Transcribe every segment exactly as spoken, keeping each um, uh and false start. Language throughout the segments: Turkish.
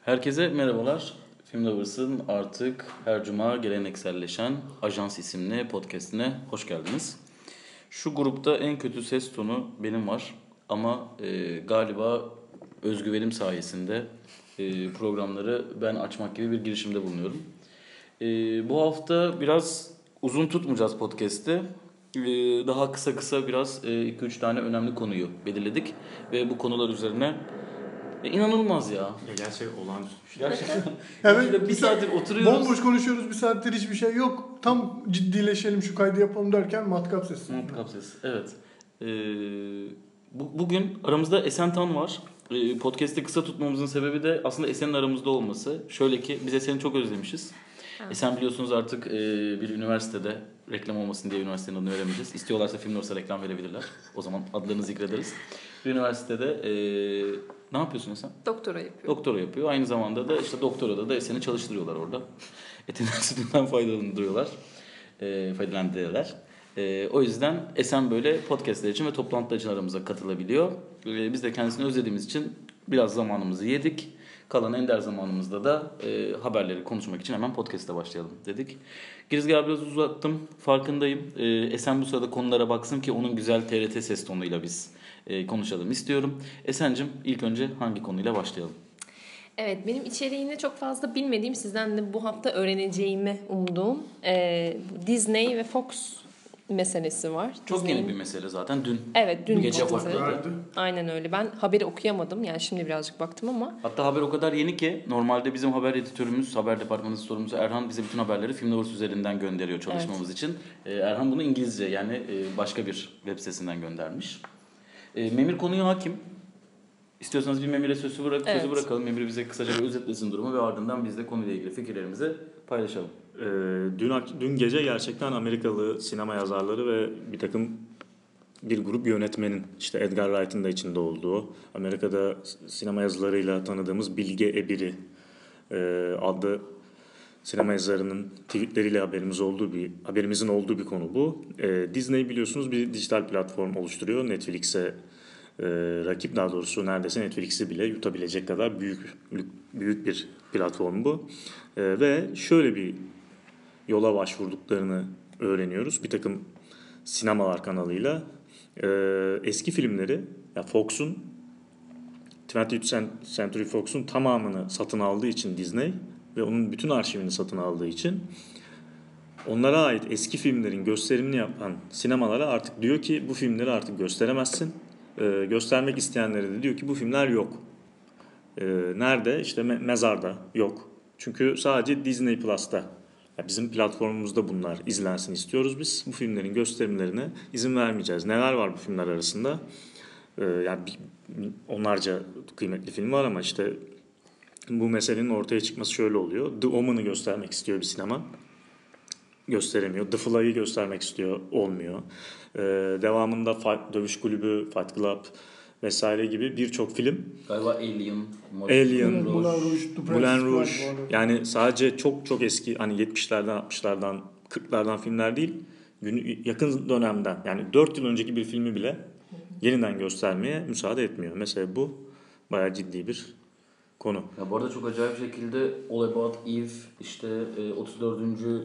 Herkese merhabalar. Film Lovers'ın artık her cuma gelenekselleşen Ajans isimli podcastine hoş geldiniz. Şu grupta en kötü ses tonu benim var ama e, galiba özgüvenim sayesinde e, programları ben açmak gibi bir girişimde bulunuyorum. E, bu hafta biraz uzun tutmayacağız podcast'i. E, daha kısa kısa biraz iki üç tane önemli konuyu belirledik ve bu konular üzerine ya inanılmaz ya. Ya gerçek olağanüstü bir şey. Gerçekten. Evet. Şurada bir saattir oturuyoruz. Bomboş konuşuyoruz, bir saattir hiçbir şey yok. Tam ciddileşelim, şu kaydı yapalım derken matkap sesi. Matkap sesi, evet. Ee, bu, bugün aramızda Esen Tan var. Ee, podcast'i kısa tutmamızın sebebi de aslında Esen'in aramızda olması. Şöyle ki biz Esen'i çok özlemişiz. Evet. Esen biliyorsunuz artık e, bir üniversitede, reklam olmasın diye üniversitenin adını veremeyeceğiz. İstiyorlarsa Film Lovers'a reklam verebilirler. O zaman adlarını zikrederiz. Bir üniversitede e, ne yapıyorsun Esen? Doktora yapıyor. Doktora yapıyor. Aynı zamanda da işte doktorada da Esen'i çalıştırıyorlar orada. Etinden sütünden faydalandırıyorlar. E, faydalandırıyorlar. E, o yüzden Esen böyle podcastler için ve toplantılar için aramıza katılabiliyor. E, biz de kendisini özlediğimiz için biraz zamanımızı yedik. Kalan ender zamanımızda da e, haberleri konuşmak için hemen podcast'e başlayalım dedik. Girizgahı biraz uzattım, farkındayım. E, Esen bu sırada konulara baksın ki onun güzel T R T ses tonuyla biz e, konuşalım istiyorum. Esen'cim ilk önce hangi konuyla başlayalım? Evet, benim içeriğini çok fazla bilmediğim, sizden de bu hafta öğreneceğimi umduğum e, Disney ve Fox meselesi var. Çok Disney'in... yeni bir mesele zaten. Dün. Evet, dün gece çıktı. Aynen öyle. Ben haberi okuyamadım. Yani şimdi birazcık baktım ama. Hatta haber o kadar yeni ki normalde bizim haber editörümüz, haber departmanı sorumlusu Erhan bize bütün haberleri Film Lovers üzerinden gönderiyor çalışmamız evet. için. Ee, Erhan bunu İngilizce yani e, başka bir web sitesinden göndermiş. E, Memir konuya hakim. İstiyorsanız bir Memir'e sözü, bırak, evet. sözü bırakalım. Memir bize kısaca bir özetlesin durumu ve ardından biz de konuyla ilgili fikirlerimizi paylaşalım. Ee, dün, dün gece gerçekten Amerikalı sinema yazarları ve bir takım bir grup yönetmenin, işte Edgar Wright'ın da içinde olduğu, Amerika'da sinema yazılarıyla tanıdığımız Bilge Ebiri e, adlı sinema yazarının tweetleriyle haberimiz olduğu bir haberimizin olduğu bir konu bu. E, Disney biliyorsunuz bir dijital platform oluşturuyor. Netflix'e e, rakip, daha doğrusu neredeyse Netflix'i bile yutabilecek kadar büyük büyük bir platform bu. E, ve şöyle bir yola başvurduklarını öğreniyoruz. Bir takım sinemalar kanalıyla e, eski filmleri, ya Fox'un twentieth Century Fox'un tamamını satın aldığı için Disney ve onun bütün arşivini satın aldığı için onlara ait eski filmlerin gösterimini yapan sinemalara artık diyor ki bu filmleri artık gösteremezsin. E, göstermek isteyenlere de diyor ki bu filmler yok. E, nerede? İşte me- mezarda yok. Çünkü sadece Disney Plus'ta. Ya bizim platformumuzda bunlar izlensin istiyoruz biz. Bu filmlerin gösterimlerine izin vermeyeceğiz. Neler var bu filmler arasında? Ee, yani bir, onlarca kıymetli film var ama işte bu meselenin ortaya çıkması şöyle oluyor. The Omen'ı göstermek istiyor bir sinema. Gösteremiyor. The Fly'ı göstermek istiyor. Olmuyor. Ee, devamında Fight, Dövüş Kulübü, Fight Club vesaire gibi birçok film. Galiba Alien, Alien, Moulin Rouge, Moulin Rouge. Yani sadece çok çok eski, hani yetmişlerden, altmışlardan, kırklardan filmler değil. Yakın dönemden, yani dört yıl önceki bir filmi bile yeniden göstermeye müsaade etmiyor. Mesela bu bayağı ciddi bir konu. Ya bu arada çok acayip şekilde All About Eve, işte otuz dördüncü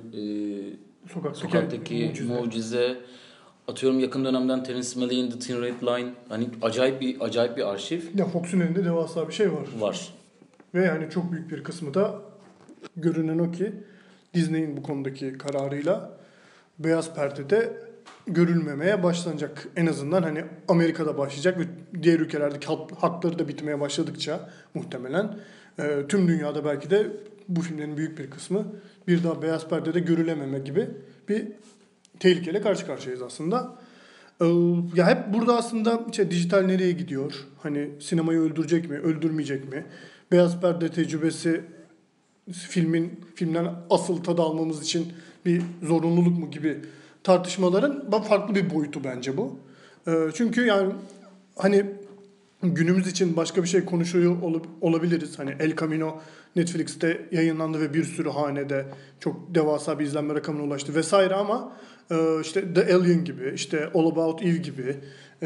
E, sokaktaki, sokaktaki mucize. mucize Atıyorum yakın dönemden Terence Malick'in The Thin Red Line, hani acayip bir acayip bir arşiv. Ya Fox'un elinde devasa bir şey var. Var. Ve yani çok büyük bir kısmı da görünen o ki Disney'in bu konudaki kararıyla beyaz perdede görülmemeye başlanacak. En azından hani Amerika'da başlayacak ve diğer ülkelerdeki hakları da bitmeye başladıkça muhtemelen e, tüm dünyada belki de bu filmlerin büyük bir kısmı bir daha beyaz perdede görülememe gibi bir tehlikeyle karşı karşıyayız aslında. Ee, ya hep burada aslında işte dijital nereye gidiyor? Hani sinemayı öldürecek mi, öldürmeyecek mi? Beyaz perde tecrübesi filmin filmden asıl tadı almamız için bir zorunluluk mu gibi tartışmaların farklı bir boyutu bence bu. Ee, çünkü yani hani günümüz için başka bir şey konuşuyor olabiliriz. Hani El Camino Netflix'te yayınlandı ve bir sürü hanede çok devasa bir izlenme rakamına ulaştı vesaire ama işte The Alien gibi, işte All About Eve gibi,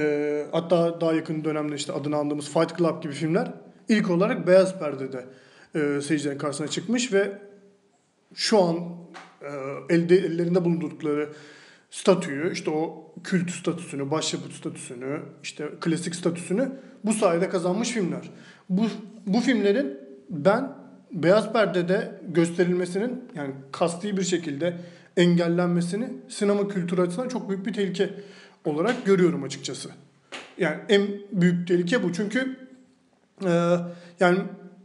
hatta daha yakın dönemde işte adını andığımız Fight Club gibi filmler ilk olarak beyaz perdede e, seyircilerin karşısına çıkmış ve şu an e, elde ellerinde bulundurdukları statüyü, işte o kült statüsünü, başyapıt statüsünü, işte klasik statüsünü bu sayede kazanmış filmler. Bu bu filmlerin ben beyaz perdede gösterilmesinin, yani kasti bir şekilde engellenmesini sinema kültürü açısından çok büyük bir tehlike olarak görüyorum açıkçası. Yani en büyük tehlike bu. Çünkü e, yani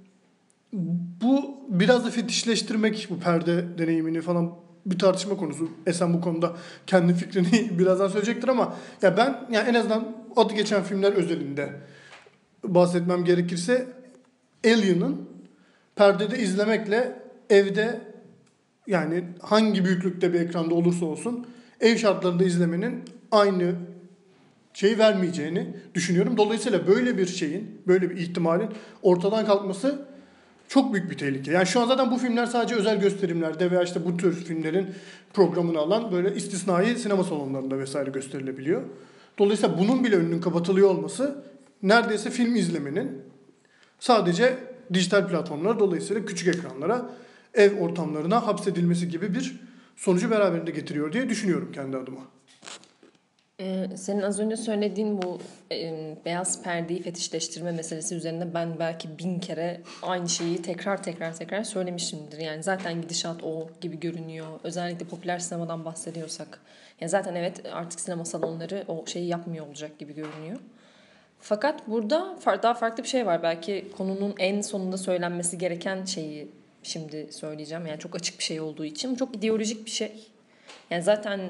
bu biraz da fetişleştirmek, bu perde deneyimini falan bir tartışma konusu. Esen bu konuda kendi fikrini birazdan söyleyecektir ama ya ben yani en azından adı geçen filmler özelinde bahsetmem gerekirse Alien'ın perdede izlemekle evde, yani hangi büyüklükte bir ekranda olursa olsun ev şartlarında izlemenin aynı şeyi vermeyeceğini düşünüyorum. Dolayısıyla böyle bir şeyin, böyle bir ihtimalin ortadan kalkması çok büyük bir tehlike. Yani şu an zaten bu filmler sadece özel gösterimlerde veya işte bu tür filmlerin programını alan böyle istisnai sinema salonlarında vesaire gösterilebiliyor. Dolayısıyla bunun bile önünün kapatılıyor olması neredeyse film izlemenin sadece dijital platformlara, dolayısıyla küçük ekranlara, ev ortamlarına hapsedilmesi gibi bir sonucu beraberinde getiriyor diye düşünüyorum kendi adıma. Ee, senin az önce söylediğin bu e, beyaz perdeyi fetişleştirme meselesi üzerine ben belki bin kere aynı şeyi tekrar tekrar tekrar söylemişimdir. Yani zaten gidişat o gibi görünüyor. Özellikle popüler sinemadan bahsediyorsak. Yani zaten evet, artık sinema salonları o şeyi yapmıyor olacak gibi görünüyor. Fakat burada daha farklı bir şey var. Belki konunun en sonunda söylenmesi gereken şeyi şimdi söyleyeceğim. Yani çok açık bir şey olduğu için. Çok ideolojik bir şey. Yani zaten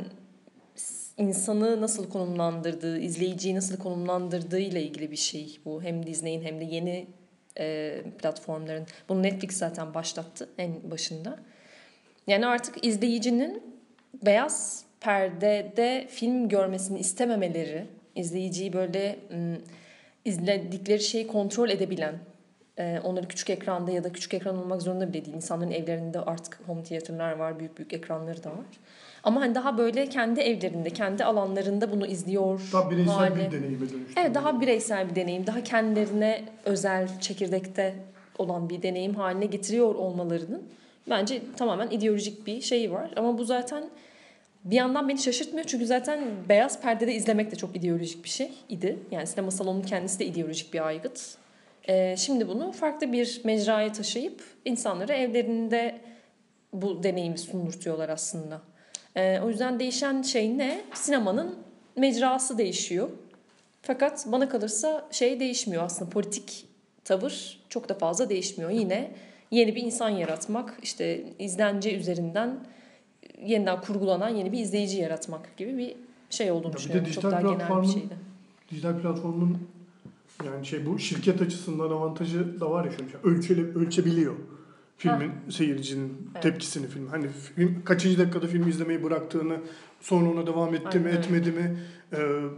insanı nasıl konumlandırdığı, izleyiciyi nasıl konumlandırdığı ile ilgili bir şey bu. Hem Disney'in hem de yeni e, platformların. Bunu Netflix zaten başlattı en başında. Yani artık izleyicinin beyaz perdede film görmesini istememeleri, izleyiciyi böyle ım, izledikleri şeyi kontrol edebilen, e, onları küçük ekranda ya da küçük ekran olmak zorunda bile değil. İnsanların evlerinde artık home theater'lar var, büyük büyük ekranları da var. Ama hani daha böyle kendi evlerinde, kendi alanlarında bunu izliyor Daha bireysel hali. bir deneyime dönüştü. Evet, daha bireysel bir deneyim, daha kendilerine özel, çekirdekte olan bir deneyim haline getiriyor olmalarının bence tamamen ideolojik bir şeyi var. Ama bu zaten bir yandan beni şaşırtmıyor, çünkü zaten beyaz perdede izlemek de çok ideolojik bir şey idi. Yani sinema salonunun kendisi de ideolojik bir aygıt. Ee, şimdi bunu farklı bir mecraya taşıyıp insanlara evlerinde bu deneyimi sundurtuyorlar aslında. Ee, o yüzden değişen şey ne? Sinemanın mecrası değişiyor. Fakat bana kalırsa şey değişmiyor aslında, politik tavır çok da fazla değişmiyor. Yine yeni bir insan yaratmak, işte izlence üzerinden yeniden kurgulanan yeni bir izleyici yaratmak gibi bir şey olduğunu Ya bir de düşünüyorum. Çok dijital daha genel bir platformun- şeydi. Dijital platformun yani şey, bu şirket açısından avantajı da var ya, şöyle ölçeli, ölçebiliyor filmin seyircinin Evet. tepkisini film. Hani film kaçıncı dakikada filmi izlemeyi bıraktığını, sonra ona devam etti mi, Aynen. etmedi mi? Ee,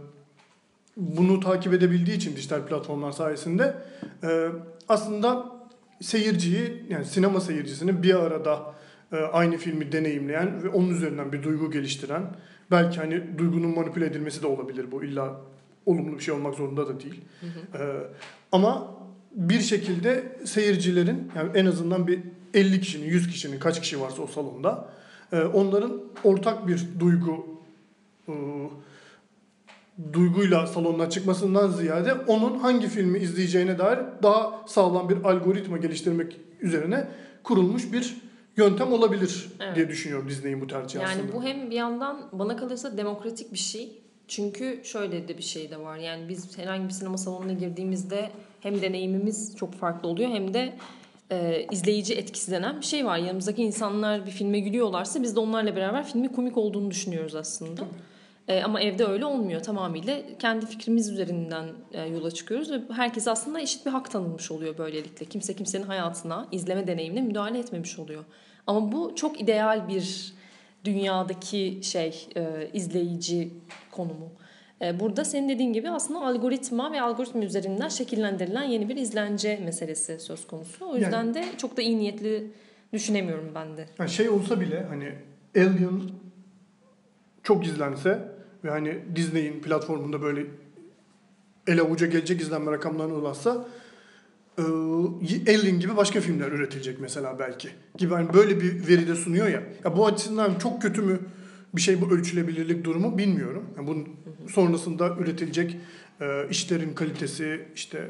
bunu takip edebildiği için dijital platformlar sayesinde e, aslında seyirciyi, yani sinema seyircisini bir arada e, aynı filmi deneyimleyen ve onun üzerinden bir duygu geliştiren, belki hani duygunun manipüle edilmesi de olabilir bu, illa olumlu bir şey olmak zorunda da değil. Hı hı. Ee, ama bir şekilde seyircilerin, yani en azından bir elli kişinin, yüz kişinin, kaç kişi varsa o salonda, e, onların ortak bir duygu e, duyguyla salondan çıkmasından ziyade onun hangi filmi izleyeceğine dair daha sağlam bir algoritma geliştirmek üzerine kurulmuş bir yöntem olabilir Evet. diye düşünüyorum Disney'in bu tercihi Yani aslında. bu hem bir yandan bana kalırsa demokratik bir şey. Çünkü şöyle de bir şey de var. Yani biz herhangi bir sinema salonuna girdiğimizde hem deneyimimiz çok farklı oluyor, hem de e, izleyici etkisi denen bir şey var. Yanımızdaki insanlar bir filme gülüyorlarsa biz de onlarla beraber filmin komik olduğunu düşünüyoruz aslında. E, ama evde öyle olmuyor. Tamamıyla kendi fikrimiz üzerinden e, yola çıkıyoruz ve herkese aslında eşit bir hak tanınmış oluyor böylelikle. Kimse kimsenin hayatına, izleme deneyimine müdahale etmemiş oluyor. Ama bu çok ideal bir dünyadaki şey, e, izleyici konumu. E, burada senin dediğin gibi aslında algoritma ve algoritma üzerinden şekillendirilen yeni bir izlence meselesi söz konusu. O yüzden Yani- de çok da iyi niyetli düşünemiyorum ben de. Yani şey olsa bile, hani Alien çok izlense ve hani Disney'in platformunda böyle ele avuca gelecek izlenme rakamlarına ulaşsa, e, Alien gibi başka filmler üretilecek mesela belki. Gibi hani böyle bir veri de sunuyor ya. Ya bu açısından çok kötü mü bir şey bu ölçülebilirlik durumu bilmiyorum. Yani bunun sonrasında üretilecek e, işlerin kalitesi işte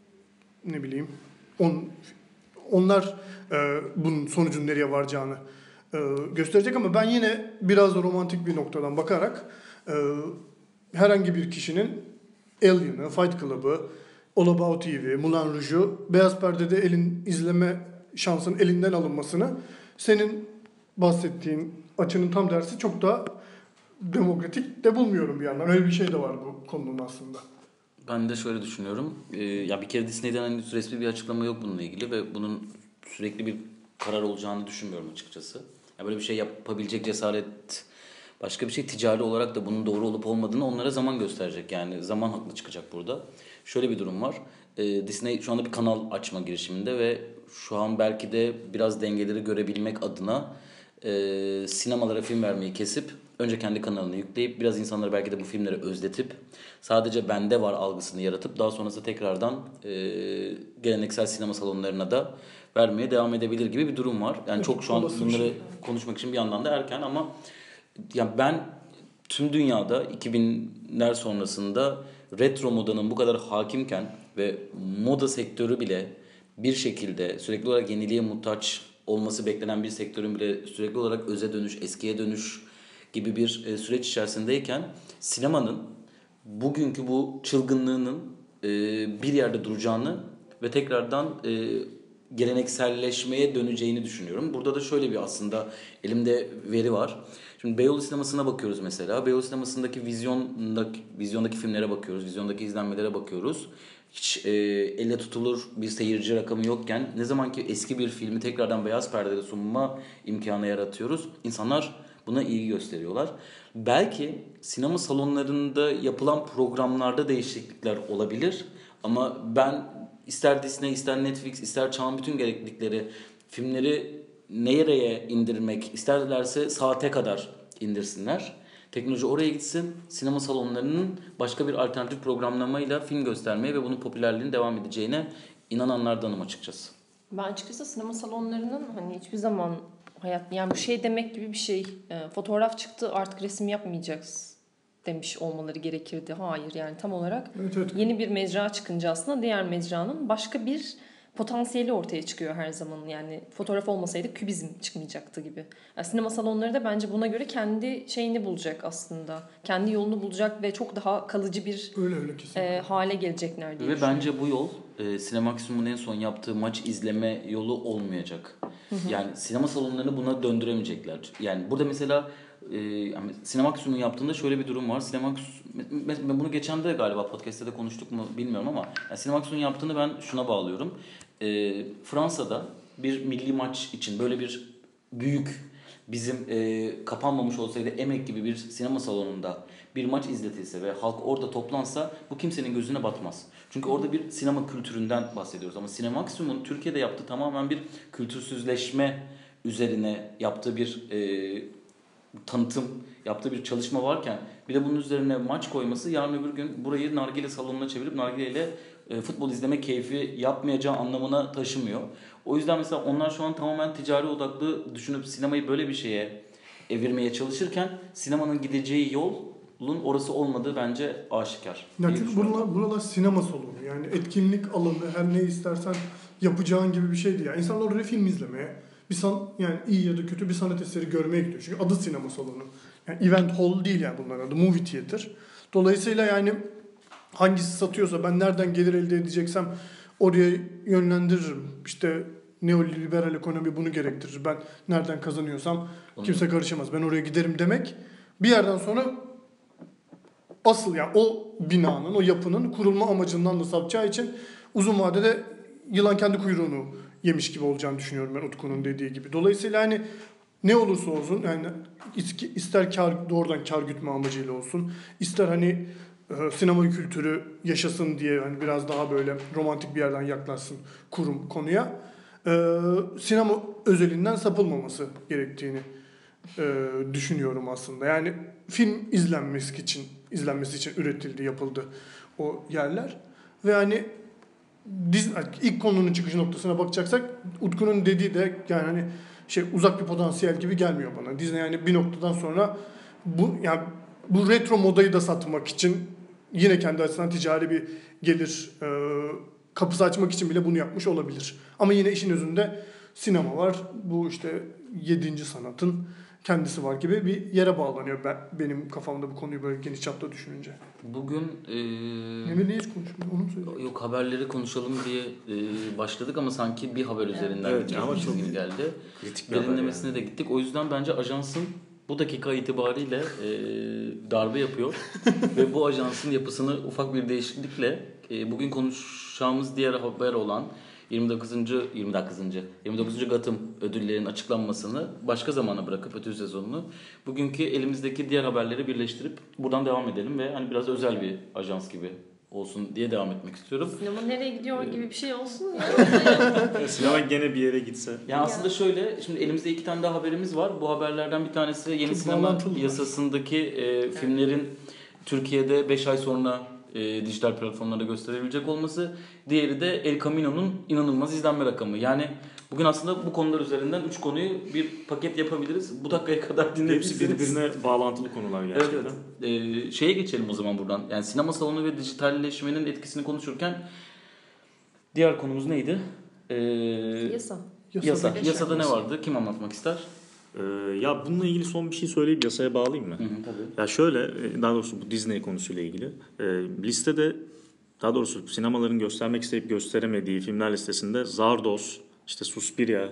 ne bileyim on, onlar e, bunun sonucun nereye varacağını e, gösterecek ama ben yine biraz da romantik bir noktadan bakarak e, herhangi bir kişinin Alien'ı, Fight Club'ı, All About Eve'i, Moulin Rouge'u beyaz perdede elin izleme şansının elinden alınmasını senin bahsettiğin açının tam tersi çok daha demokratik de bulmuyorum bir yandan. Öyle bir şey de var bu konunun aslında. Ben de şöyle düşünüyorum. Ee, ya bir kere Disney'den hani resmi bir açıklama yok bununla ilgili ve bunun sürekli bir karar olacağını düşünmüyorum açıkçası. Ya böyle bir şey yapabilecek cesaret, başka bir şey ticari olarak da bunun doğru olup olmadığını onlara zaman gösterecek. Yani zaman haklı çıkacak burada. Şöyle bir durum var. Ee, Disney şu anda bir kanal açma girişiminde ve şu an belki de biraz dengeleri görebilmek adına e, sinemalara film vermeyi kesip önce kendi kanalını yükleyip biraz insanları belki de bu filmleri özletip sadece bende var algısını yaratıp daha sonrasında tekrardan e, geleneksel sinema salonlarına da vermeye devam edebilir gibi bir durum var. Yani çok şu an bunları konuşmak için bir yandan da erken ama yani ben tüm dünyada iki binler sonrasında retro modanın bu kadar hakimken ve moda sektörü bile bir şekilde sürekli olarak yeniliğe muhtaç olması beklenen bir sektörün bile sürekli olarak öze dönüş, eskiye dönüş gibi bir e, süreç içerisindeyken sinemanın bugünkü bu çılgınlığının e, bir yerde duracağını ve tekrardan e, gelenekselleşmeye döneceğini düşünüyorum. Burada da şöyle bir aslında elimde veri var. Şimdi Beyoğlu sinemasına bakıyoruz mesela. Beyoğlu sinemasındaki vizyondaki, vizyondaki filmlere bakıyoruz, vizyondaki izlenmelere bakıyoruz. Hiç e, elle tutulur bir seyirci rakamı yokken ne zaman ki eski bir filmi tekrardan beyaz perdede sunma imkanı yaratıyoruz, İnsanlar buna ilgi gösteriyorlar. Belki sinema salonlarında yapılan programlarda değişiklikler olabilir ama ben ister Disney, ister Netflix, ister çağın bütün gereklilikleri filmleri nereye indirmek isterlerse saate kadar indirsinler. Teknoloji oraya gitsin, sinema salonlarının başka bir alternatif programlamayla film göstermeye ve bunun popülerliğinin devam edeceğine inananlardanım açıkçası. Ben açıkçası sinema salonlarının hani hiçbir zaman hayat yani bu şey demek gibi bir şey. E, fotoğraf çıktı artık resim yapmayacağız demiş olmaları gerekirdi. Hayır yani tam olarak Evet, evet. yeni bir mecra çıkınca aslında diğer mecranın başka bir potansiyeli ortaya çıkıyor her zaman. Yani fotoğraf olmasaydı kübizm çıkmayacaktı gibi. Yani sinema salonları da bence buna göre kendi şeyini bulacak aslında. Kendi yolunu bulacak ve çok daha kalıcı bir Öyle öyle kesinlikle. e, hale gelecekler diye Ve düşünüyorum. bence bu yol e, Cinemaximum'un en son yaptığı maç izleme yolu olmayacak. Hı hı. Yani sinema salonlarını buna döndüremeyecekler. Yani burada mesela e, yani Cinemaximum'un yaptığında şöyle bir durum var. Cinemax, ben bunu geçen de galiba podcast'te de konuştuk mu bilmiyorum ama yani Cinemaximum'un yaptığını ben şuna bağlıyorum. E, Fransa'da bir milli maç için böyle bir büyük bizim e, kapanmamış olsaydı Emek gibi bir sinema salonunda bir maç izletilse ve halk orada toplansa bu kimsenin gözüne batmaz. Çünkü orada bir sinema kültüründen bahsediyoruz ama Cinemaximum'un Türkiye'de yaptığı tamamen bir kültürsüzleşme üzerine yaptığı bir e, tanıtım, yaptığı bir çalışma varken bir de bunun üzerine maç koyması yarın öbür gün burayı nargile salonuna çevirip nargileyle e, futbol izleme keyfi yapmayacağı anlamına taşımıyor. O yüzden mesela onlar şu an tamamen ticari odaklı düşünüp sinemayı böyle bir şeye evirmeye çalışırken sinemanın gideceği yolun orası olmadığı bence aşikar. Ya çünkü buralar, buralar sinema salonu yani etkinlik alanı her ne istersen yapacağın gibi bir şeydi ya. İnsanlar oraya film izlemeye, bir san yani iyi ya da kötü bir sanat eseri görmeye gidiyor. Çünkü adı sinema salonu. Yani event hall değil yani bunların adı movie theater. Dolayısıyla yani hangisi satıyorsa ben nereden gelir elde edeceksem oraya yönlendiririm. İşte neoliberal ekonomi bunu gerektirir. Ben nereden kazanıyorsam kimse karışamaz. Ben oraya giderim demek bir yerden sonra asıl yani o binanın, o yapının kurulma amacından da sapacağı için uzun vadede yılan kendi kuyruğunu yemiş gibi olacağını düşünüyorum ben Utku'nun dediği gibi. Dolayısıyla hani ne olursa olsun yani ister kar, doğrudan kar gütme amacıyla olsun, ister hani e, sinema kültürü yaşasın diye hani biraz daha böyle romantik bir yerden yaklaşsın kurum konuya. E, sinema özelinden sapılmaması gerektiğini e, düşünüyorum aslında. Yani film izlenmesi için izlenmesi için üretildi, yapıldı o yerler. Ve hani Disney, ilk konunun çıkış noktasına bakacaksak Utku'nun dediği de yani hani şey uzak bir potansiyel gibi gelmiyor bana. Disney yani bir noktadan sonra bu yani bu retro modayı da satmak için yine kendi açısından ticari bir gelir e, kapısı açmak için bile bunu yapmış olabilir. Ama yine işin özünde sinema var. Bu işte yedinci sanatın kendisi var gibi bir yere bağlanıyor ben, benim kafamda bu konuyu böyle geniş çapta düşününce. Bugün e, Emir ne hiç konuşmuyor onu mu söyleyeyim? yok haberleri konuşalım diye e, başladık ama sanki bir haber üzerinden Evet, gideceğiz ama çok gibi geldi. kritik bir haber Derinlemesine yani. de gittik. O yüzden bence ajansın bu dakika itibariyle e, darbe yapıyor ve bu ajansın yapısını ufak bir değişiklikle e, bugün konuşacağımız diğer haber olan yirmi dokuzuncu yirmi dokuzuncu yirmi dokuzuncu Gotham ödüllerinin açıklanmasını başka zamana bırakıp ödül sezonunu bugünkü elimizdeki diğer haberleri birleştirip buradan devam edelim ve hani biraz özel bir ajans gibi olsun diye devam etmek istiyorum. Sinema nereye gidiyor gibi bir şey olsun ya. Sinema gene bir yere gitse. Yani aslında şöyle, şimdi elimizde iki tane daha haberimiz var. Bu haberlerden bir tanesi yeni Çok sinema bağlantılı var. yasasındaki e, filmlerin Türkiye'de beş ay sonra e, dijital platformlarda gösterilecek olması. Diğeri de El Camino'nun inanılmaz izlenme rakamı. Yani bugün aslında bu konular üzerinden üç konuyu bir paket yapabiliriz. Bu dakikaya kadar dinlediyseniz. Hepsi birbirine bağlantılı konular Evet, gerçekten. evet. Ee, şeye geçelim o zaman buradan. Yani sinema salonu ve dijitalleşmenin etkisini konuşurken diğer konumuz neydi? Ee, Yasa. Yasa. Yasa. Beş Yasada ay. ne vardı? Kim anlatmak ister? Ee, ya bununla ilgili son bir şey söyleyip yasaya bağlayayım mı? Hı hı, tabii. Ya şöyle, daha doğrusu bu Disney konusuyla ilgili. Ee, listede, daha doğrusu sinemaların göstermek isteyip gösteremediği filmler listesinde Zardos, işte Suspiria, e,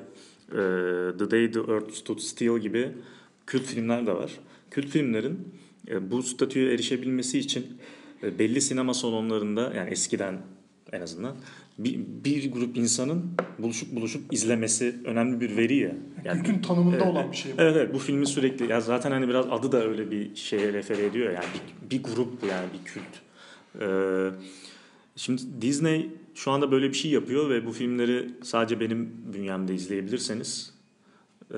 The Day the Earth Stood Still gibi kült filmler de var. Kült filmlerin e, bu statüye erişebilmesi için e, belli sinema salonlarında, yani eskiden en azından bir, bir grup insanın buluşup buluşup izlemesi önemli bir veri ya. Yani Kültün tanımında evet, olan bir şey bu. Evet, evet, bu filmin sürekli, ya zaten hani biraz adı da öyle bir şeye refere ediyor, yani bir, bir grup bu, yani bir kült. Ee, şimdi Disney şu anda böyle bir şey yapıyor ve bu filmleri sadece benim bünyemde izleyebilirseniz ee,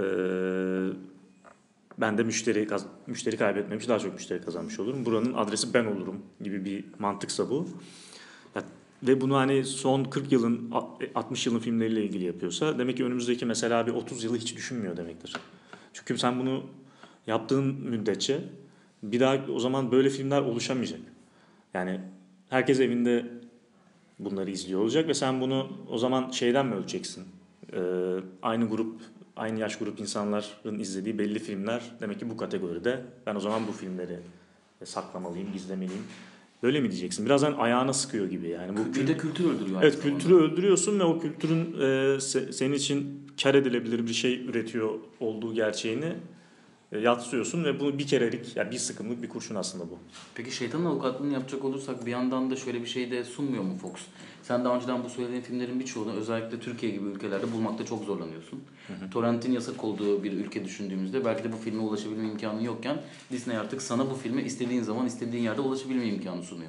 ben de müşteri kaz- müşteri kaybetmemiş, daha çok müşteri kazanmış olurum. Buranın adresi ben olurum gibi bir mantıksa bu. Ya, ve bunu hani son kırk yılın, altmış yılın filmleriyle ilgili yapıyorsa demek ki önümüzdeki mesela bir otuz yılı hiç düşünmüyor demektir. Çünkü sen bunu yaptığın müddetçe bir daha o zaman böyle filmler oluşamayacak. Yani herkes evinde bunları izliyor olacak ve sen bunu o zaman şeyden mi ölçeceksin? Ee, aynı grup, aynı yaş grup insanların izlediği belli filmler demek ki bu kategoride. Ben o zaman bu filmleri saklamalıyım, izlemeliyim. Böyle mi diyeceksin? Biraz hani ayağına sıkıyor gibi yani. Bu Bir de kültür öldürüyor. Evet, kültürü öldürüyorsun ve o kültürün e, se, senin için kar edilebilir bir şey üretiyor olduğu gerçeğini e, yatsıyorsun ve bu bir kerelik, yani bir sıkımlık bir kurşun aslında bu. Peki şeytanın avukatlığını yapacak olursak bir yandan da şöyle bir şey de sunmuyor mu Fox? Sen daha önceden bu söylediğin filmlerin birçoğunu özellikle Türkiye gibi ülkelerde bulmakta çok zorlanıyorsun. Hı hı. Torrent'in yasak olduğu bir ülke düşündüğümüzde belki de bu filme ulaşabilme imkanı yokken Disney artık sana bu filme istediğin zaman istediğin yerde ulaşabilme imkanı sunuyor.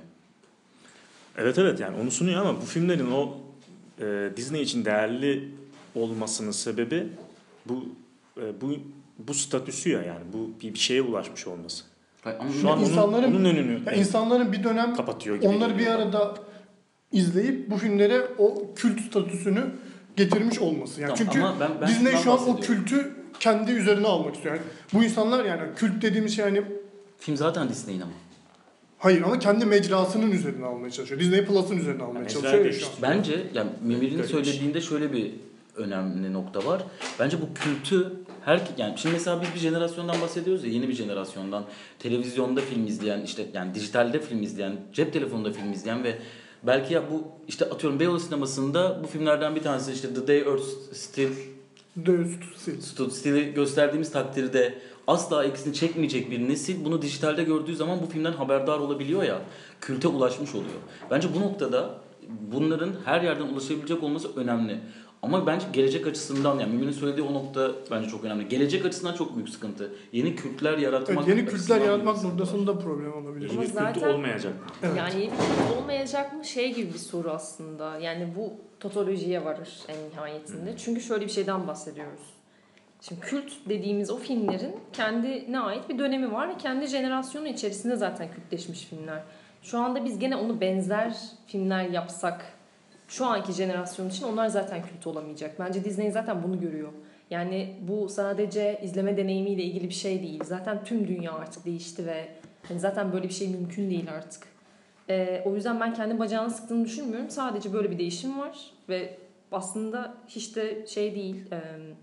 Evet, evet, yani onu sunuyor ama bu filmlerin o e, Disney için değerli olmasının sebebi bu e, bu bu statüsü ya, yani bu bir, bir şeye ulaşmış olması. Hayır, ama Şu an onun, insanların, onun önünü ya insanların bir dönem kapatıyor gibi onları bir geliyor bana. arada izleyip bu filmlere o kült statüsünü getirmiş olması. Yani Tamam, çünkü ama ben- ben Disney şundan şu an o bahsediyorum. kültü kendi üzerine almak istiyor. Yani bu insanlar, yani kült dediğimiz şey hani film zaten Disney'in ama. hayır ama kendi mecrasının üzerine almaya çalışıyor. Disney Plus'ın üzerine almaya Yani çalışıyor ya mecrayı şu an. Bence yani Memir'in Garip. söylediğinde şöyle bir önemli nokta var. Bence bu kültü her yani şimdi mesela biz bir jenerasyondan bahsediyoruz ya, yeni bir jenerasyondan, televizyonda film izleyen, işte yani dijitalde film izleyen, cep telefonunda film izleyen ve belki ya bu işte atıyorum Beyoğlu sinemasında bu filmlerden bir tanesi işte The Day Earth Still Deus Sil. Stood Still'i gösterdiğimiz takdirde asla ikisini çekmeyecek bir nesil bunu dijitalde gördüğü zaman bu filmden haberdar olabiliyor ya, külte ulaşmış oluyor. Bence bu noktada bunların her yerden ulaşabilecek olması önemli. Ama bence gelecek açısından, yani Mümin'in söylediği o nokta bence çok önemli. Gelecek açısından çok büyük sıkıntı. Yeni kültler yaratmak Evet, yeni kültler açısından yaratmak büyük sıkıntı var. noktasında problem olabilir. Ama Bir kültü zaten- olmayacak. Evet. Yani yeni bir kült olmayacak mı şey gibi bir soru aslında. Yani bu totolojiye varır en nihayetinde. Çünkü şöyle bir şeyden bahsediyoruz. Şimdi kült dediğimiz o filmlerin kendine ait bir dönemi var ve kendi jenerasyonu içerisinde zaten kültleşmiş filmler. Şu anda biz gene onu benzer filmler yapsak şu anki jenerasyon için onlar zaten kült olamayacak. Bence Disney zaten bunu görüyor. Yani bu sadece izleme deneyimiyle ilgili bir şey değil. Zaten tüm dünya artık değişti ve hani zaten böyle bir şey mümkün değil artık. Ee, o yüzden ben kendi bacağını sıktığını düşünmüyorum. Sadece böyle bir değişim var ve aslında hiç de şey değil. E,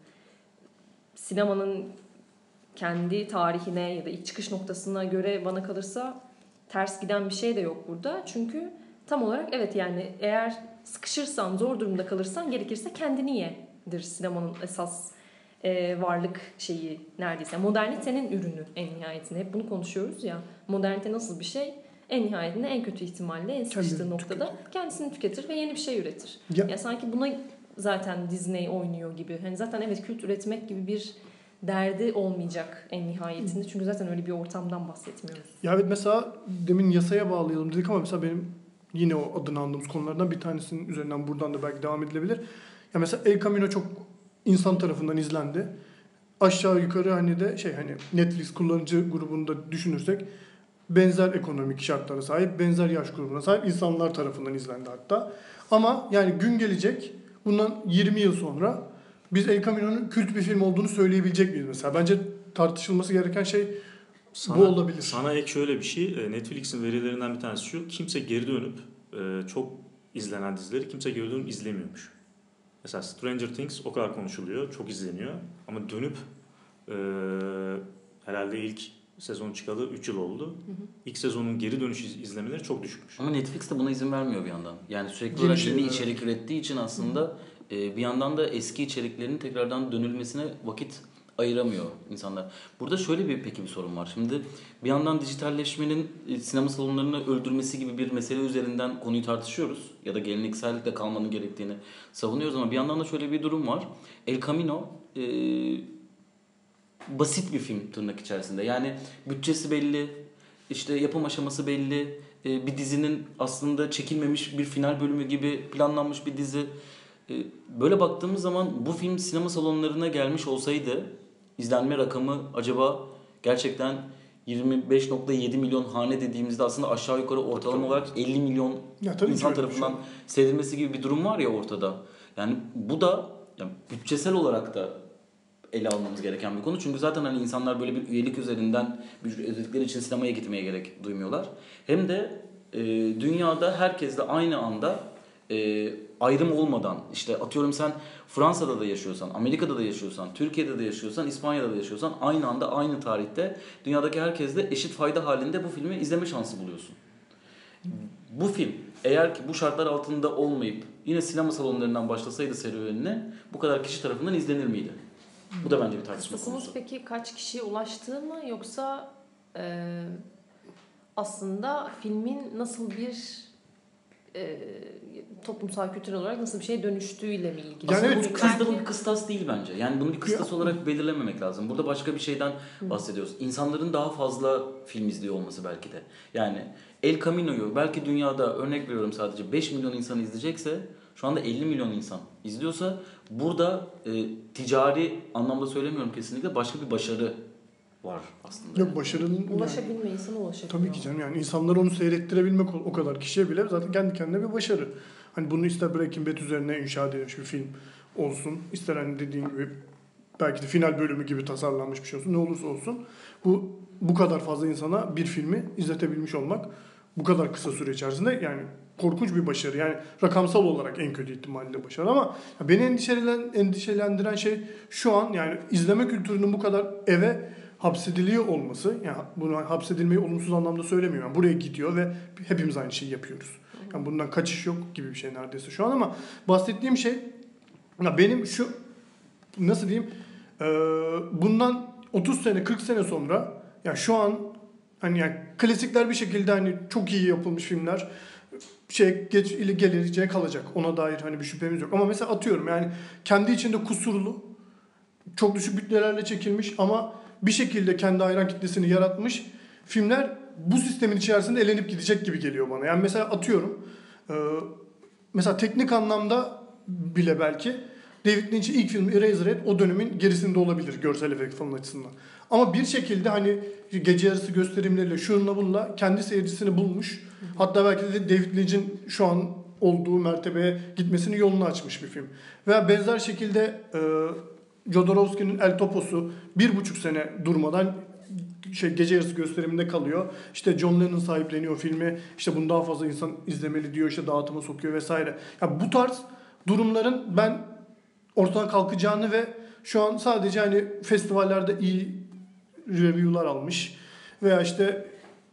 sinemanın kendi tarihine ya da ilk çıkış noktasına göre bana kalırsa ters giden bir şey de yok burada. Çünkü tam olarak evet yani eğer sıkışırsan, zor durumda kalırsan gerekirse kendini ye'dir sinemanın esas e, varlık şeyi neredeyse. Modernitenin ürünü en nihayetinde. Hep bunu konuşuyoruz ya. Modernite nasıl bir şey? En nihayetinde en kötü ihtimalle en sıkıştığı Kendini noktada tüketir. kendisini tüketir ve yeni bir şey üretir. Ya- Ya sanki buna zaten Disney oynuyor gibi. Hani zaten evet kült üretmek gibi bir derdi olmayacak en nihayetinde. Çünkü zaten öyle bir ortamdan bahsetmiyoruz. Ya evet, mesela demin yasaya bağlayalım dedik ama mesela benim yine o adını andığımız konulardan bir tanesinin üzerinden buradan da belki devam edilebilir. Ya mesela El Camino çok insan tarafından izlendi. Aşağı yukarı hani de şey hani Netflix kullanıcı grubunda düşünürsek benzer ekonomik şartlara sahip, benzer yaş grubuna sahip insanlar tarafından izlendi hatta. Ama yani gün gelecek bundan yirmi yıl sonra biz El Camino'nun kült bir film olduğunu söyleyebilecek miyiz mesela? Bence tartışılması gereken şey Sana, bu olabilir. Sana ek şöyle bir şey. Netflix'in verilerinden bir tanesi şu. Kimse geri dönüp çok izlenen dizileri kimse geri dönüp izlemiyormuş. Mesela Stranger Things o kadar konuşuluyor. Çok izleniyor. Ama dönüp e, herhalde ilk sezon çıkalı üç yıl oldu. Hı hı. İlk sezonun geri dönüş iz, izlemeleri çok düşükmüş. Ama Netflix de buna izin vermiyor bir yandan. Yani sürekli Yeni olarak şey, yeni evet. içerik ürettiği için aslında e, bir yandan da eski içeriklerin tekrardan dönülmesine vakit ayıramıyor insanlar. Burada şöyle bir peki bir sorun var. Şimdi bir yandan dijitalleşmenin e, sinema salonlarını öldürmesi gibi bir mesele üzerinden konuyu tartışıyoruz. Ya da geleneksellikle kalmanın gerektiğini savunuyoruz ama bir yandan da şöyle bir durum var. El Camino e, basit bir film tırnak içerisinde. Yani bütçesi belli, işte yapım aşaması belli. E, bir dizinin aslında çekilmemiş bir final bölümü gibi planlanmış bir dizi. E, böyle baktığımız zaman bu film sinema salonlarına gelmiş olsaydı izlenme rakamı acaba gerçekten yirmi beş nokta yedi milyon hane dediğimizde aslında aşağı yukarı ortalama olarak elli milyon Ya tabii insan ki öyle bir tarafından şey. seyredilmesi gibi bir durum var ya ortada. Yani bu da yani bütçesel olarak da ele almamız gereken bir konu. Çünkü zaten hani insanlar böyle bir üyelik üzerinden bir ödedikleri için sinemaya gitmeye gerek duymuyorlar. Hem de e, dünyada herkesle aynı anda e, ayrım olmadan işte atıyorum sen Fransa'da da yaşıyorsan, Amerika'da da yaşıyorsan, Türkiye'de de yaşıyorsan, İspanya'da da yaşıyorsan aynı anda aynı tarihte dünyadaki herkesle eşit fayda halinde bu filmi izleme şansı buluyorsun. Bu film eğer ki bu şartlar altında olmayıp yine sinema salonlarından başlasaydı serüvenine bu kadar kişi tarafından izlenir miydi? Bu da bence bir tartışma Kıstasımız konusu. peki kaç kişiye ulaştığı mı yoksa e, aslında filmin nasıl bir e, toplumsal kültürel olarak nasıl bir şeye dönüştüğüyle mi ilgili? Yani Aslında evet, bu bir kıstas, belki- bir kıstas değil bence. Yani bunu bir kıstas olarak belirlememek lazım. Burada başka bir şeyden bahsediyoruz. İnsanların daha fazla film izliyor olması belki de. Yani El Camino'yu belki dünyada örnek veriyorum sadece beş milyon insan izleyecekse şu anda elli milyon insan izliyorsa burada e, ticari anlamda söylemiyorum kesinlikle başka bir başarı var aslında. Yok, başarının yani, Ulaşabilme, insana ulaşabiliyor. tabii ki canım, yani insanları onu seyrettirebilmek o- o kadar kişiye bile zaten kendi kendine bir başarı. Hani bunu ister Breaking Bad üzerine inşa edilmiş bir film olsun, ister hani dediğin gibi belki de final bölümü gibi tasarlanmış bir şey olsun, ne olursa olsun bu bu kadar fazla insana bir filmi izletebilmiş olmak bu kadar kısa süre içerisinde yani korkunç bir başarı. Yani rakamsal olarak en kötü ihtimalle başarı ama beni endişelen, endişelendiren şey şu an yani izleme kültürünün bu kadar eve hapsediliyor olması. Yani bunu hapsedilmeyi olumsuz anlamda söylemiyorum. Yani buraya gidiyor ve hepimiz aynı şeyi yapıyoruz. Yani bundan kaçış yok gibi bir şey neredeyse şu an ama bahsettiğim şey ya benim şu nasıl diyeyim e, bundan otuz sene kırk sene sonra yani şu an hani yani klasikler bir şekilde hani çok iyi yapılmış filmler şey geç ile geleceğe kalacak. Ona dair hani bir şüphemiz yok. Ama mesela atıyorum yani kendi içinde kusurlu çok düşük bütçelerle çekilmiş ama bir şekilde kendi hayran kitlesini yaratmış filmler bu sistemin içerisinde elenip gidecek gibi geliyor bana. Yani mesela atıyorum e, mesela teknik anlamda bile belki David Lynch'in ilk filmi Eraserhead o dönemin gerisinde olabilir görsel efekt falan açısından. Ama bir şekilde hani gece yarısı gösterimleriyle şununla bununla kendi seyircisini bulmuş. Hatta belki de David Lynch'in şu an olduğu mertebeye gitmesinin yolunu açmış bir film. Veya benzer şekilde e, Jodorowsky'nin El Topo'su bir buçuk sene durmadan şey gece yarısı gösteriminde kalıyor. İşte John Lennon sahipleniyor filmi. İşte bunu daha fazla insan izlemeli diyor. İşte dağıtıma sokuyor vesaire. Ya bu tarz durumların ben ortadan kalkacağını ve şu an sadece hani festivallerde iyi review'lar almış veya işte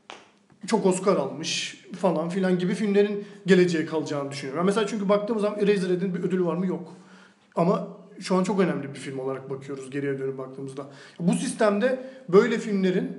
çok Oscar almış falan filan gibi filmlerin geleceğe kalacağını düşünüyorum. Yani mesela çünkü baktığımız zaman Eraserhead'in bir ödülü var mı? Yok. Ama şu an çok önemli bir film olarak bakıyoruz geriye dönüp baktığımızda. Bu sistemde böyle filmlerin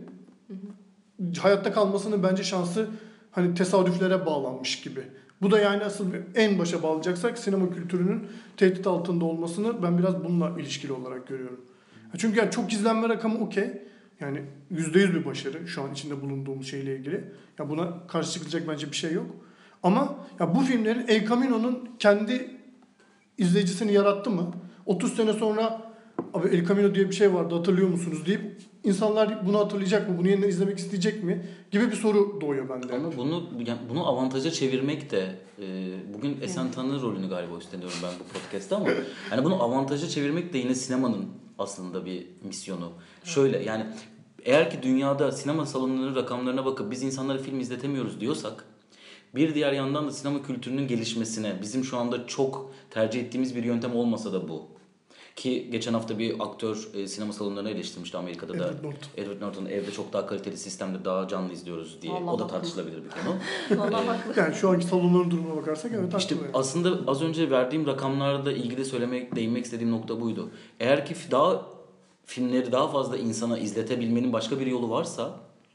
hayatta kalmasının bence şansı hani tesadüflere bağlanmış gibi. Bu da yani asıl en başa bağlayacaksak sinema kültürünün tehdit altında olmasını ben biraz bununla ilişkili olarak görüyorum. Çünkü yani çok izlenme rakamı okey. Yani yüzde yüz bir başarı şu an içinde bulunduğumuz şeyle ilgili. Ya buna karşı çıkılacak bence bir şey yok. Ama ya bu filmlerin El Camino'nun kendi izleyicisini yarattı mı? otuz sene sonra abi El Camino diye bir şey vardı hatırlıyor musunuz deyip insanlar bunu hatırlayacak mı? Bunu yeniden izlemek isteyecek mi? Gibi bir soru doğuyor bende. Ama bunu yani bunu avantaja çevirmek de e, bugün Esen Tanrı rolünü galiba üstleniyorum ben bu podcast'ta ama hani bunu avantaja çevirmek de yine sinemanın aslında bir misyonu. Şöyle yani eğer ki dünyada sinema salonlarının rakamlarına bakıp biz insanlara film izletemiyoruz diyorsak bir diğer yandan da sinema kültürünün gelişmesine bizim şu anda çok tercih ettiğimiz bir yöntem olmasa da bu. Ki geçen hafta bir aktör e, sinema salonlarını eleştirmişti Amerika'da da. Edward Norton. Edward Norton evde çok daha kaliteli sistemde daha canlı izliyoruz diye. Allah o da haklı. tartışılabilir bir konu. Vallahi haklı. Yani şu anki salonların durumuna bakarsak evet İşte haklı. aslında az önce verdiğim rakamlarla ilgili söylemek, değinmek istediğim nokta buydu. Eğer ki daha filmleri daha fazla insana izletebilmenin başka bir yolu varsa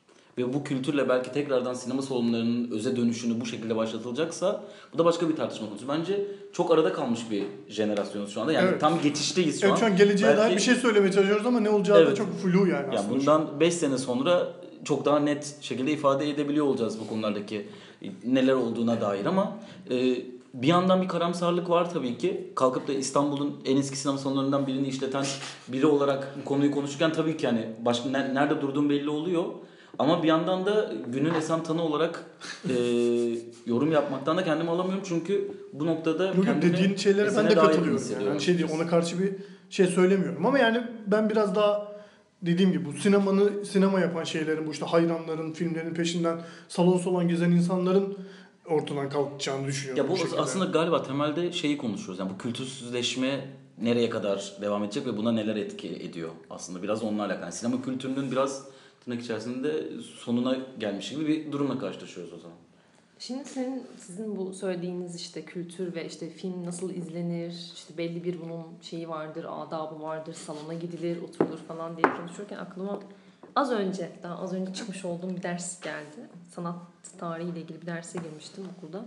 ve bu kültürle belki tekrardan sinema salonlarının öze dönüşünü bu şekilde başlatılacaksa bu da başka bir tartışma konusu. Bence çok arada kalmış bir jenerasyonuz şu anda. Yani Evet. tam geçişteyiz şu Evet an. şu an geleceğe Belki- dair bir şey söylemeye çalışıyoruz ama ne olacağı da Evet. çok flu yani Ya aslında. bundan beş sene sonra çok daha net şekilde ifade edebiliyor olacağız bu konulardaki neler olduğuna dair ama e, bir yandan bir karamsarlık var tabii ki. Kalkıp da İstanbul'un en eski sinema salonlarından birini işleten biri olarak bu konuyu konuşurken tabii ki hani başka nerede durduğum belli oluyor. Ama bir yandan da günün Esen Tanı olarak e, yorum yapmaktan da kendimi alamıyorum çünkü bu noktada Yok yok kendimi dediğin şeylere ben Esen'e de daha yakın katılıyorum. Yani. hissediyorum. Hani şey değil, ona karşı bir şey söylemiyorum ama yani ben biraz daha dediğim gibi bu sinemanı sinema yapan şeylerin bu işte hayranların filmlerin peşinden salon salon gezen insanların ortadan kalkacağını düşünüyorum. Ya bu şekilde. aslında galiba temelde şeyi konuşuyoruz. Yani bu kültürsüzleşme nereye kadar devam edecek ve buna neler etki ediyor aslında. Biraz onunla alakalı. Yani sinema kültürünün biraz tırnak içerisinde sonuna gelmiş gibi bir durumla karşılaşıyoruz o zaman. Şimdi senin sizin bu söylediğiniz işte kültür ve işte film nasıl izlenir, işte belli bir bunun şeyi vardır, adabı vardır, salona gidilir, oturulur falan diye konuşurken aklıma az önce, daha az önce çıkmış olduğum bir ders geldi. Sanat tarihiyle ilgili bir derse girmiştim okulda.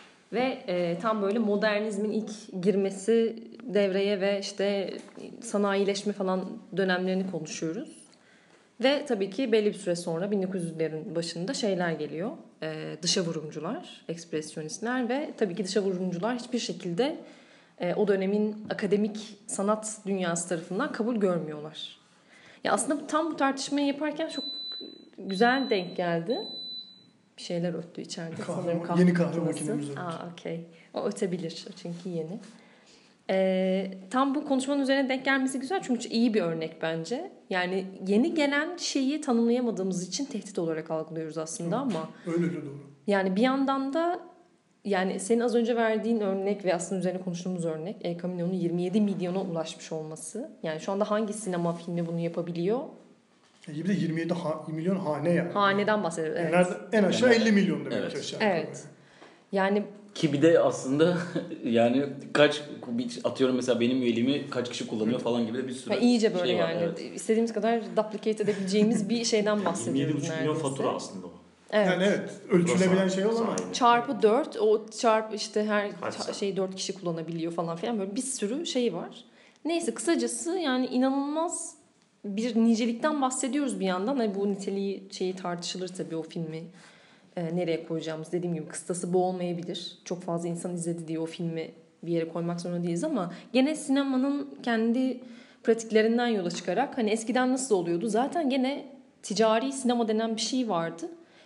Ve e, tam böyle modernizmin ilk girmesi devreye ve işte sanayileşme falan dönemlerini konuşuyoruz. Ve tabii ki belli bir süre sonra bin dokuz yüzlerin başında şeyler geliyor. E, dışa vurumcular, ekspresyonistler ve tabii ki dışa vurumcular hiçbir şekilde e, o dönemin akademik sanat dünyası tarafından kabul görmüyorlar. Ya aslında tam bu tartışmayı yaparken çok güzel denk geldi. Bir şeyler öttü içeride. Kahve- Sanırım kahve yeni kahve makinesi. makinemiz öttü. Aa, okey. O ötebilir çünkü yeni. Ee, tam bu konuşmanın üzerine denk gelmesi güzel çünkü iyi bir örnek bence. Yani yeni gelen şeyi tanımlayamadığımız için tehdit olarak algılıyoruz aslında ama Öyle öyle doğru. yani bir yandan da yani senin az önce verdiğin örnek ve aslında üzerine konuştuğumuz örnek El Camino'nun yirmi yedi milyona ulaşmış olması. Yani şu anda hangi sinema filmi bunu yapabiliyor? Bir de yirmi yedi ha- milyon hane yani. Haneden bahsediyoruz. Evet. Yani nerede- en aşağı Yani- elli milyon demek Evet. aşağı. Evet. Yani Ki bir de aslında yani kaç atıyorum mesela benim üyeliğimi kaç kişi kullanıyor falan gibi de bir sürü ve iyice böyle şey var, yani evet. istediğimiz kadar duplicate edebileceğimiz bir şeyden yirmi yedi bahsediyoruz buçuk milyon neredeyse. fatura aslında o. Evet. Yani evet ölçülebilen şey o ama. Sahibi. Çarpı dört, o çarpı işte her Kaç ça- saat? şey dört kişi kullanabiliyor falan filan böyle bir sürü şey var. Neyse kısacası yani inanılmaz bir nicelikten bahsediyoruz bir yandan. Hani bu niteliği şeyi tartışılır tabii o filmi e, nereye koyacağımız. Dediğim gibi kıstası bu olmayabilir. Çok fazla insan izledi diye o filmi bir yere koymak zorunda değiliz ama gene sinemanın kendi pratiklerinden yola çıkarak hani eskiden nasıl oluyordu? Zaten gene ticari sinema denen bir şey vardı.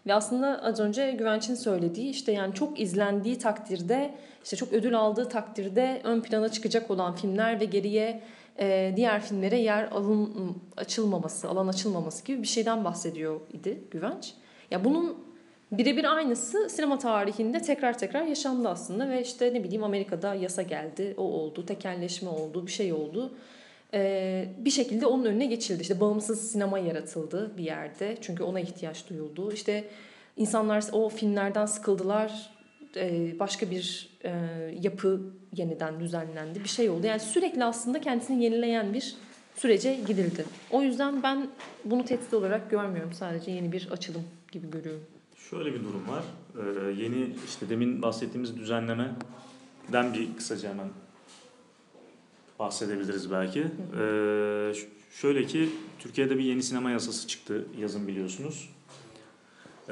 Ve aslında az önce Güvenç'in söylediği işte yani çok izlendiği takdirde, işte çok ödül aldığı takdirde ön plana çıkacak olan filmler ve geriye e, diğer filmlere yer alın açılmaması, alan açılmaması gibi bir şeyden bahsediyor idi Güvenç. Ya bunun birebir aynısı sinema tarihinde tekrar tekrar yaşandı aslında ve işte ne bileyim Amerika'da yasa geldi, o oldu, tekelleşme oldu, bir şey oldu. Ee, bir şekilde onun önüne geçildi. İşte bağımsız sinema yaratıldı bir yerde. Çünkü ona ihtiyaç duyuldu. İşte insanlar o filmlerden sıkıldılar. Ee, başka bir e, yapı yeniden düzenlendi. Bir şey oldu. Yani sürekli aslında kendisini yenileyen bir sürece gidildi. O yüzden ben bunu tehdit olarak görmüyorum. Sadece yeni bir açılım gibi görüyorum. Şöyle bir durum var. Ee, yeni işte demin bahsettiğimiz düzenlemeden bir kısaca hemen bahsedebiliriz belki. Ee, şöyle ki Türkiye'de bir yeni sinema yasası çıktı yazın biliyorsunuz. Ee,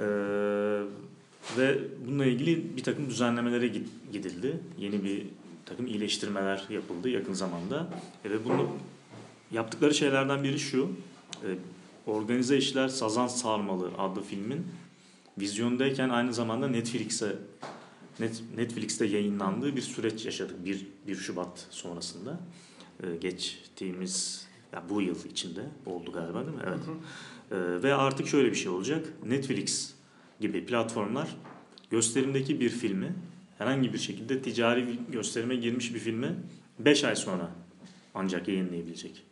ve bununla ilgili bir takım düzenlemelere gidildi. Yeni bir takım iyileştirmeler yapıldı yakın zamanda. E, ve bunu yaptıkları şeylerden biri şu. E, Organize İşler Sazan Sarmalı adlı filmin vizyondayken aynı zamanda Netflix'e Net, Netflix'te yayınlandığı bir süreç yaşadık bir Şubat sonrasında. Ee, geçtiğimiz ya bu yıl içinde oldu galiba değil mi? Evet. Hı hı. Ee, ve artık şöyle bir şey olacak. Netflix gibi platformlar gösterimdeki bir filmi herhangi bir şekilde ticari gösterime girmiş bir filmi beş ay sonra ancak yayınlayabilecek.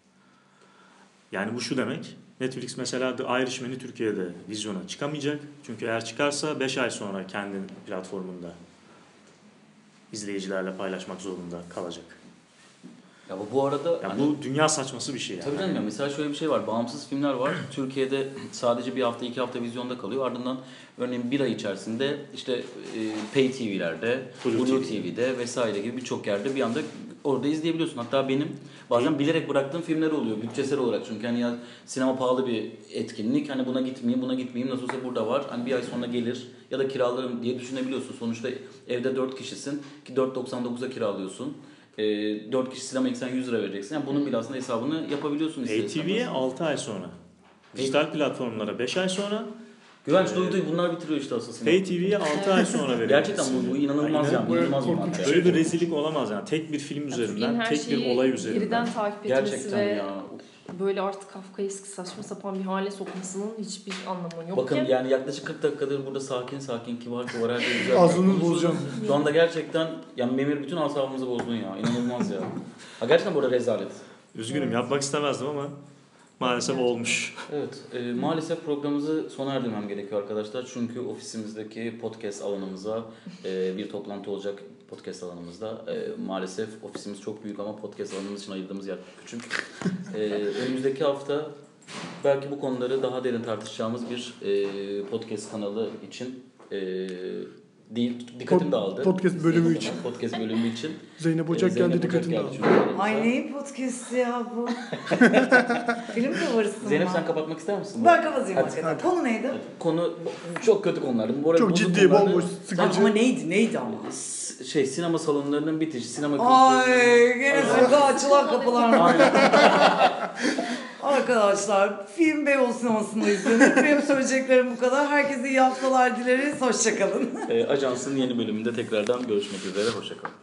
Yani bu şu demek. Netflix mesela The Irishman'i Türkiye'de vizyona çıkamayacak. Çünkü eğer çıkarsa beş ay sonra kendi platformunda izleyicilerle paylaşmak zorunda kalacak. Ya bu, bu arada ya hani, bu dünya saçması bir şey yani. Tabii canım ya mesela şöyle bir şey var. Bağımsız filmler var. Türkiye'de sadece bir hafta iki hafta vizyonda kalıyor. Ardından örneğin bir ay içerisinde işte e, Pay T V'lerde, Blue, Blue T V'de vesaire gibi birçok yerde bir anda orada izleyebiliyorsun. Hatta benim bazen bilerek bıraktığım filmler oluyor bütçesel olarak. Çünkü hani ya sinema pahalı bir etkinlik. Hani buna gitmeyeyim, buna gitmeyeyim. Nasıl olsa burada var. Hani bir ay sonra gelir ya da kiralarım diye düşünebiliyorsun. Sonuçta evde dört kişisin ki dört doksan dokuza kiralıyorsun. E, dört kişi sinema gitsen yüz lira vereceksin. Yani bunun bile aslında hesabını yapabiliyorsun. Pay T V'ye altı ay sonra. Dijital platformlara beş ay sonra. Güvenç duydu bunlar bitiriyor işte aslında. Pay T V'ye altı ay sonra veriyor. Gerçekten bu, bu inanılmaz yani. Bu inanılmaz bir mantık. Böyle bir rezillik olamaz yani. Tek bir film üzerinden, tek bir olay üzerinden. Geriden takip etmesi gerçekten ve ya. böyle artık Kafkaesk saçma sapan bir hale sokmasının hiçbir anlamı yok. Bakın yani yaklaşık kırk dakikadır burada sakin sakin kibar kibar her şey güzel. Ağzını bozacağım. Şu anda gerçekten yani Memir bütün asabımızı bozdun ya. İnanılmaz ya. Ha, gerçekten burada rezalet. Üzgünüm Evet. yapmak istemezdim ama maalesef evet. olmuş. Evet e, maalesef programımızı sona erdirmem gerekiyor arkadaşlar. Çünkü ofisimizdeki podcast alanımıza e, bir toplantı olacak podcast alanımızda. E, maalesef ofisimiz çok büyük ama podcast alanımız için ayırdığımız yer küçük. E, önümüzdeki hafta belki bu konuları daha derin tartışacağımız bir e, podcast kanalı için e, değil, dikkatim Pod, dağıldı. Podcast bölümü için. Podcast bölümü için. Zeynep Ocak e, Zeynep geldi, Ocak dikkatim dağıldı. Ay neyin podcast'i ya bu? Film cover'ısın. Zeynep mı? sen kapatmak ister misin? Ben kapatayım Hadi, hakikaten. hadi. Konu neydi? Konu çok kötü konulardı. Bu arada Çok bozuk ciddi, konulardı. bomboş, Tamam, sıkıcı. ama neydi? Neydi ama? S- Şey sinema salonlarının bitişi, sinema kültürü. Ay gene sokağa açılan kapılar var. Aynen. Arkadaşlar film Beyoğlu sinemasında izlenir. Benim söyleyeceklerim bu kadar. Herkese iyi haftalar dileriz. Hoşçakalın. E, Ajans'ın yeni bölümünde tekrardan görüşmek üzere. Hoşçakalın.